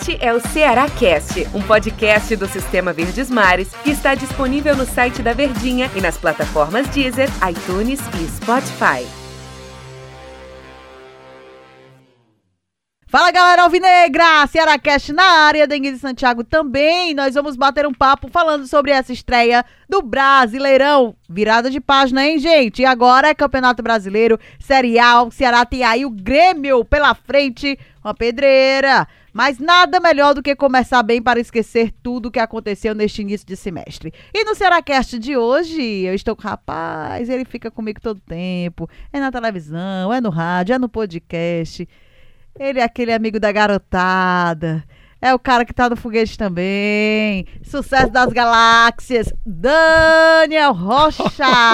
Este é o Ceará Cast, um podcast do Sistema Verdes Mares que está disponível no site da Verdinha e nas plataformas Deezer, iTunes e Spotify. Fala, galera alvinegra, Ceará Cast na área, Dengue de Santiago também. Nós vamos bater um papo falando sobre essa estreia do Brasileirão. Virada de página, hein, gente? E agora é Campeonato Brasileiro, Série A. O Ceará tem aí o Grêmio pela frente, uma pedreira. Mas nada melhor do que começar bem para esquecer tudo o que aconteceu neste início de semestre. E no Ceará Cast de hoje, eu estou com o rapaz, ele fica comigo todo tempo. É na televisão, é no rádio, é no podcast. Ele é aquele amigo da garotada. É o cara que tá no foguete também. Sucesso das galáxias. Daniel Rocha.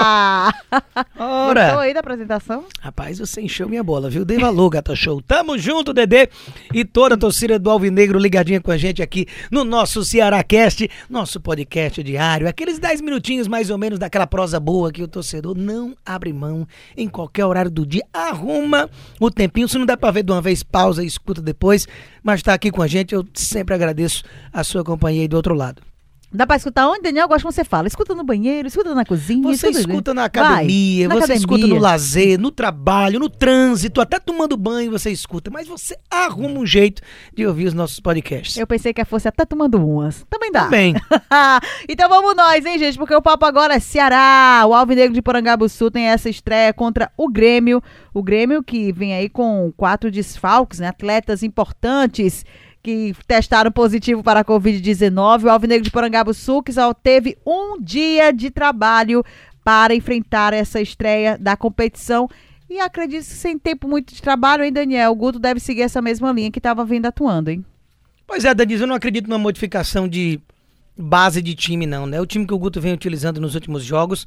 Ora. Gostou aí da apresentação? Rapaz, você encheu minha bola, viu? Dei valor, Gata Show. Tamo junto, Dedê. E toda a torcida do Alvinegro ligadinha com a gente aqui no nosso Ceará Cast, nosso podcast diário. Aqueles 10 minutinhos mais ou menos daquela prosa boa que o torcedor não abre mão em qualquer horário do dia. Arruma o tempinho. Se não der pra ver de uma vez, pausa e escuta depois. Mas tá aqui com a gente, eu sempre agradeço a sua companhia aí do outro lado. Dá pra escutar onde, Daniel? Eu gosto quando você fala. Escuta no banheiro, escuta na cozinha. Você escuta na academia, escuta no lazer, no trabalho, no trânsito, até tomando banho você escuta. Mas você arruma um jeito de ouvir os nossos podcasts. Eu pensei que fosse até tomando umas. Também dá. Também. Então vamos nós, hein, gente? Porque o papo agora é Ceará. O Alvinegro de Porangabuçu tem essa estreia contra o Grêmio. O Grêmio que vem aí com 4 desfalques, né? Atletas importantes que testaram positivo para a Covid-19. O Alvinegro de Porangabuçu que só teve um dia de trabalho para enfrentar essa estreia da competição. E acredito que sem tempo muito de trabalho, hein, Daniel? O Guto deve seguir essa mesma linha que estava vindo atuando, hein? Pois é, Danise, eu não acredito numa modificação de base de time, não, né? O time que o Guto vem utilizando nos últimos jogos,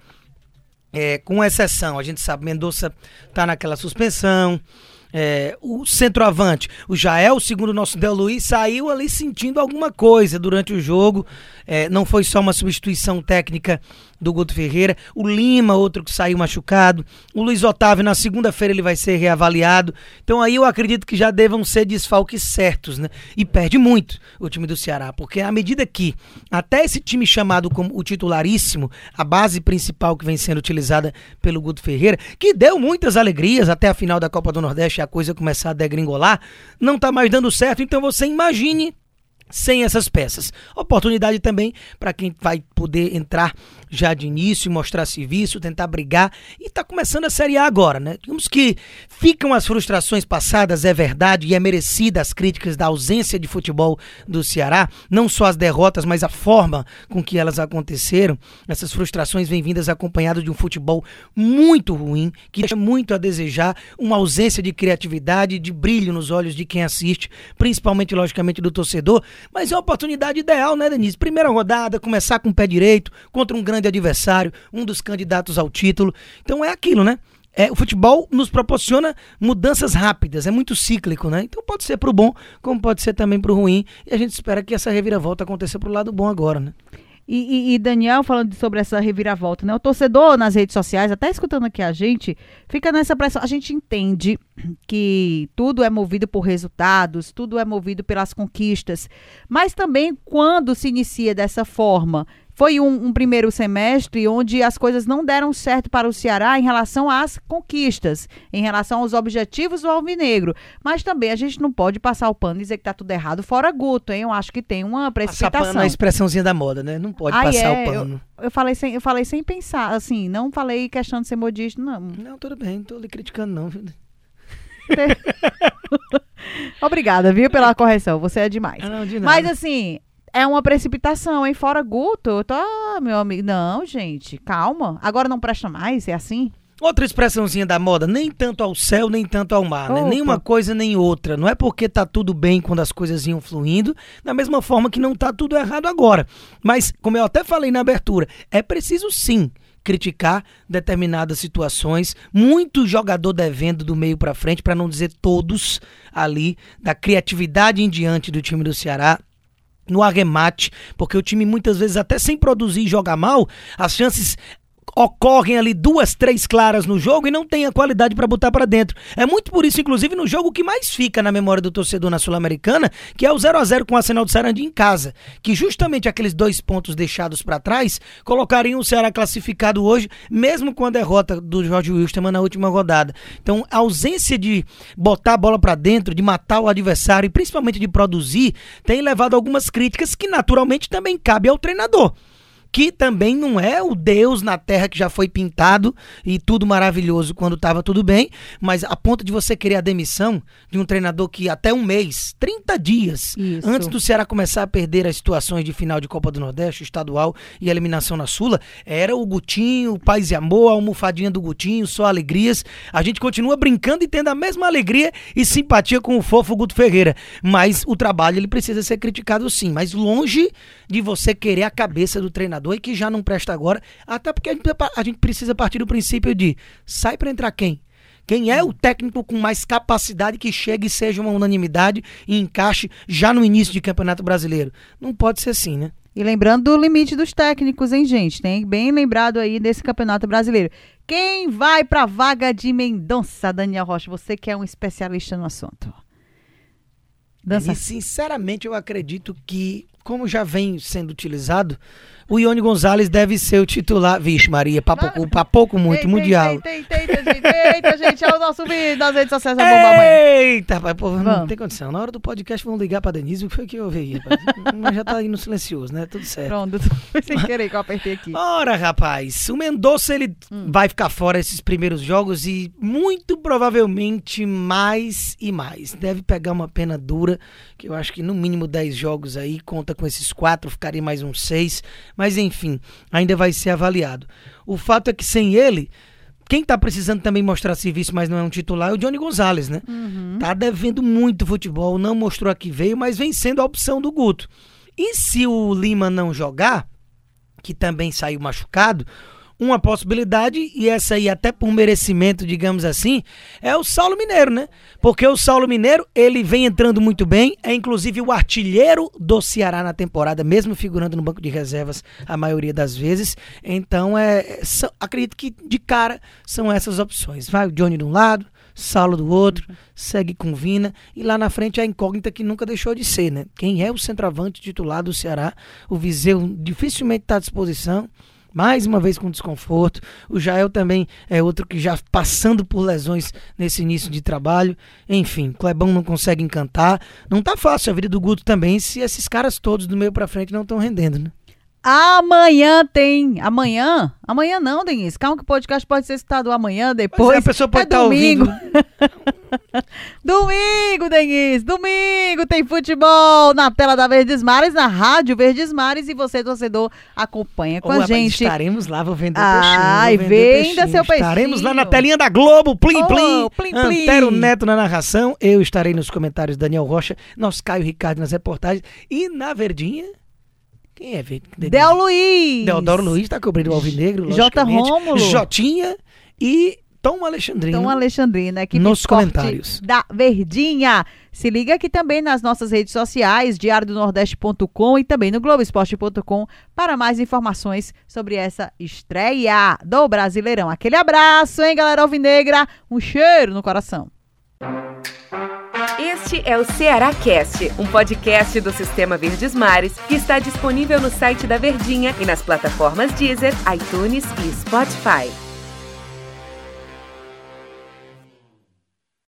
com exceção, a gente sabe, Mendonça tá naquela suspensão. O centroavante, o Jael, segundo o nosso Del Luiz, saiu ali sentindo alguma coisa durante o jogo. Não foi só uma substituição técnica do Guto Ferreira. O Lima, outro que saiu machucado. O Luiz Otávio, na segunda-feira ele vai ser reavaliado. Então aí eu acredito que já devam ser desfalques certos, né? E perde muito o time do Ceará, porque à medida que até esse time chamado como o titularíssimo, a base principal que vem sendo utilizada pelo Guto Ferreira, que deu muitas alegrias até a final da Copa do Nordeste, a coisa começar a degringolar, não tá mais dando certo. Então você imagine sem essas peças. Oportunidade também para quem vai poder entrar já de início, mostrar serviço, tentar brigar, e tá começando a Série A agora, né? Digamos que ficam as frustrações passadas, é verdade, e é merecida as críticas da ausência de futebol do Ceará, não só as derrotas, mas a forma com que elas aconteceram. Essas frustrações vêm vindas acompanhadas de um futebol muito ruim, que deixa muito a desejar, uma ausência de criatividade, de brilho nos olhos de quem assiste, principalmente, logicamente, do torcedor. Mas é uma oportunidade ideal, né, Denise? Primeira rodada, começar com o pé direito, contra um grande adversário, um dos candidatos ao título. Então é aquilo, né? O futebol nos proporciona mudanças rápidas, é muito cíclico, né? Então pode ser pro bom, como pode ser também pro ruim. E a gente espera que essa reviravolta aconteça pro lado bom agora, né? E Daniel, falando sobre essa reviravolta, né? O torcedor nas redes sociais, até escutando aqui a gente, fica nessa pressão. A gente entende que tudo é movido por resultados, tudo é movido pelas conquistas, mas também quando se inicia dessa forma, foi um primeiro semestre onde as coisas não deram certo para o Ceará em relação às conquistas, em relação aos objetivos do Alvinegro. Mas também a gente não pode passar o pano e dizer que está tudo errado fora Guto, hein? Eu acho que tem uma precipitação. Passar pano é a expressãozinha da moda, né? Não pode passar o pano. Eu falei sem pensar, assim, não falei questão de ser modista, não. Não, tudo bem, não tô lhe criticando, não. Obrigada, viu, pela correção, você é demais. Não, de nada. Mas assim, é uma precipitação, hein? Fora Guto, meu amigo. Não, gente, calma. Agora não presta mais, é assim? Outra expressãozinha da moda, nem tanto ao céu, nem tanto ao mar, né? Nem uma coisa, nem outra. Não é porque tá tudo bem quando as coisas iam fluindo, da mesma forma que não tá tudo errado agora. Mas, como eu até falei na abertura, é preciso sim criticar determinadas situações, muito jogador devendo do meio para frente, para não dizer todos ali, da criatividade em diante do time do Ceará, no arremate, porque o time muitas vezes até sem produzir e jogar mal, as chances ocorrem ali 2, 3 claras no jogo e não tem a qualidade para botar para dentro. É muito por isso, inclusive, no jogo que mais fica na memória do torcedor na Sul-Americana, que é o 0-0 com o Arsenal de Sarandi em casa, que justamente aqueles 2 pontos deixados para trás colocariam o Ceará classificado hoje, mesmo com a derrota do Jorge Wilstermann na última rodada. Então, a ausência de botar a bola para dentro, de matar o adversário e principalmente de produzir, tem levado a algumas críticas que naturalmente também cabe ao treinador, que também não é o Deus na terra que já foi pintado e tudo maravilhoso quando estava tudo bem, mas a ponto de você querer a demissão de um treinador que até um mês, 30 dias, Isso. antes do Ceará começar a perder as situações de final de Copa do Nordeste, estadual e eliminação na Sula, era o Gutinho, o Paz e Amor, a almofadinha do Gutinho, só alegrias. A gente continua brincando e tendo a mesma alegria e simpatia com o fofo Guto Ferreira, mas o trabalho ele precisa ser criticado sim, mas longe de você querer a cabeça do treinador e que já não presta agora, até porque a gente precisa partir do princípio de sai para entrar quem? Quem é o técnico com mais capacidade que chegue e seja uma unanimidade e encaixe já no início de Campeonato Brasileiro? Não pode ser assim, né? E lembrando do limite dos técnicos, hein, gente? Tem bem lembrado aí desse Campeonato Brasileiro. Quem vai para a vaga de Mendonça, Daniel Rocha? Você que é um especialista no assunto. E sinceramente eu acredito que, como já vem sendo utilizado, o Ione Gonzalez deve ser o titular. Vixe, Maria, pouco muito, mundial. Eita, gente, é o nosso vídeo nas redes sociais da Bomba Amanhã. Eita, pai, pô, não tem condição. Na hora do podcast vão ligar pra Denise, o que foi que eu ouvi? Mas já tá indo silencioso, né? Tudo certo. Pronto, foi sem querer que eu apertei aqui. Ora, rapaz, o Mendonça, ele vai ficar fora esses primeiros jogos e muito provavelmente mais e mais. Deve pegar uma pena dura, que eu acho que no mínimo 10 jogos aí, conta com esses 4, ficaria mais uns 6, mas enfim, ainda vai ser avaliado. O fato é que sem ele, quem tá precisando também mostrar serviço, mas não é um titular, é o Johnny Gonzalez, né? Tá devendo muito futebol, não mostrou a que veio, mas vem sendo a opção do Guto. E se o Lima não jogar, que também saiu machucado, uma possibilidade, e essa aí até por merecimento, digamos assim, é o Saulo Mineiro, né? Porque o Saulo Mineiro, ele vem entrando muito bem, é inclusive o artilheiro do Ceará na temporada, mesmo figurando no banco de reservas a maioria das vezes. Então, acredito que de cara são essas opções. Vai o Johnny de um lado, Saulo do outro, segue com Vina, e lá na frente a incógnita que nunca deixou de ser, né? Quem é o centroavante titular do Ceará? O Viseu dificilmente está à disposição, mais uma vez com desconforto. O Jael também é outro que já passando por lesões nesse início de trabalho. Enfim, Clebão não consegue encantar. Não tá fácil a vida do Guto também, se esses caras todos do meio pra frente não estão rendendo, né? Amanhã tem. Amanhã? Amanhã não, Denise. Calma que o podcast pode ser citado amanhã, depois. A pessoa pode estar ouvindo. Domingo, Denise. Domingo tem futebol na tela da Verdes Mares, na rádio Verdes Mares, e você, torcedor, acompanha com a gente. Estaremos lá, vou vender Ai, venda seu peixinho. Estaremos lá na telinha da Globo, Plim Plim. Plim, Antero Neto na narração, eu estarei nos comentários, Daniel Rocha, nosso Caio Ricardo nas reportagens, e na Verdinha... Quem é? Del Luiz. Deodoro Luiz tá cobrindo o Alvinegro, J. Rômulo. Jotinha e Tom Alexandrino. Tom Alexandrino, equipe nos comentários da Verdinha. Se liga aqui também nas nossas redes sociais, diariodonordeste.com e também no globoesporte.com para mais informações sobre essa estreia do Brasileirão. Aquele abraço, hein, galera alvinegra? Um cheiro no coração. Este é o Ceará Cast, um podcast do Sistema Verdes Mares que está disponível no site da Verdinha e nas plataformas Deezer, iTunes e Spotify.